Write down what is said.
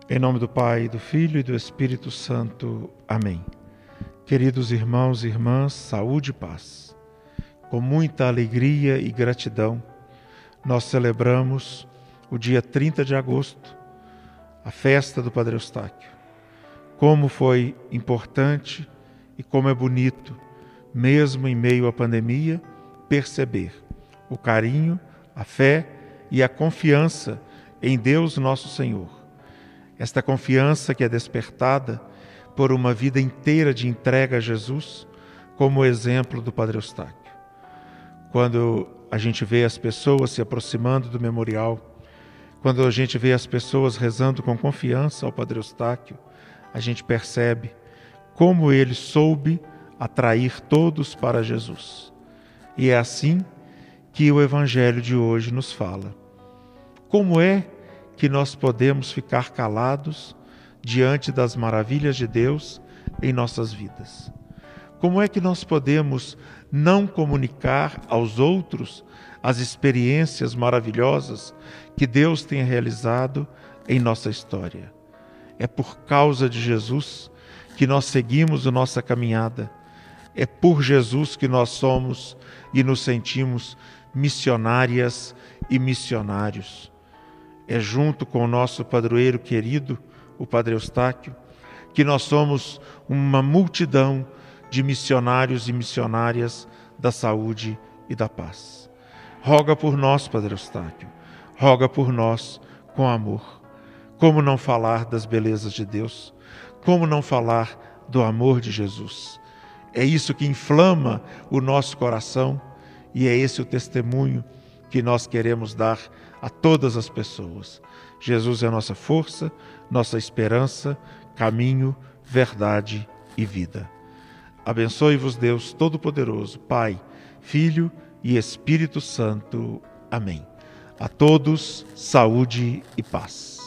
Em nome do Pai, do Filho e do Espírito Santo. Amém. Queridos irmãos e irmãs, saúde e paz. Com muita alegria e gratidão, nós celebramos o dia 30 de agosto, a festa do Padre Eustáquio. Como foi importante e como é bonito, mesmo em meio à pandemia, perceber o carinho, a fé e a confiança em Deus nosso Senhor. Esta confiança que é despertada por uma vida inteira de entrega a Jesus, como o exemplo do Padre Eustáquio. Quando a gente vê as pessoas se aproximando do memorial, quando a gente vê as pessoas rezando com confiança ao Padre Eustáquio, a gente percebe como ele soube atrair todos para Jesus. E é assim que o Evangelho de hoje nos fala. Como é que nós podemos ficar calados diante das maravilhas de Deus em nossas vidas? Como é que nós podemos não comunicar aos outros as experiências maravilhosas que Deus tem realizado em nossa história? É por causa de Jesus que nós seguimos a nossa caminhada. É por Jesus que nós somos e nos sentimos missionárias e missionários. É junto com o nosso padroeiro querido, o Padre Eustáquio, que nós somos uma multidão de missionários e missionárias da saúde e da paz. Roga por nós, Padre Eustáquio, roga por nós com amor. Como não falar das belezas de Deus? Como não falar do amor de Jesus? É isso que inflama o nosso coração e é esse o testemunho que nós queremos dar a todas as pessoas. Jesus é a nossa força, nossa esperança, caminho, verdade e vida. Abençoe-vos Deus Todo-Poderoso, Pai, Filho e Espírito Santo. Amém. A todos, saúde e paz.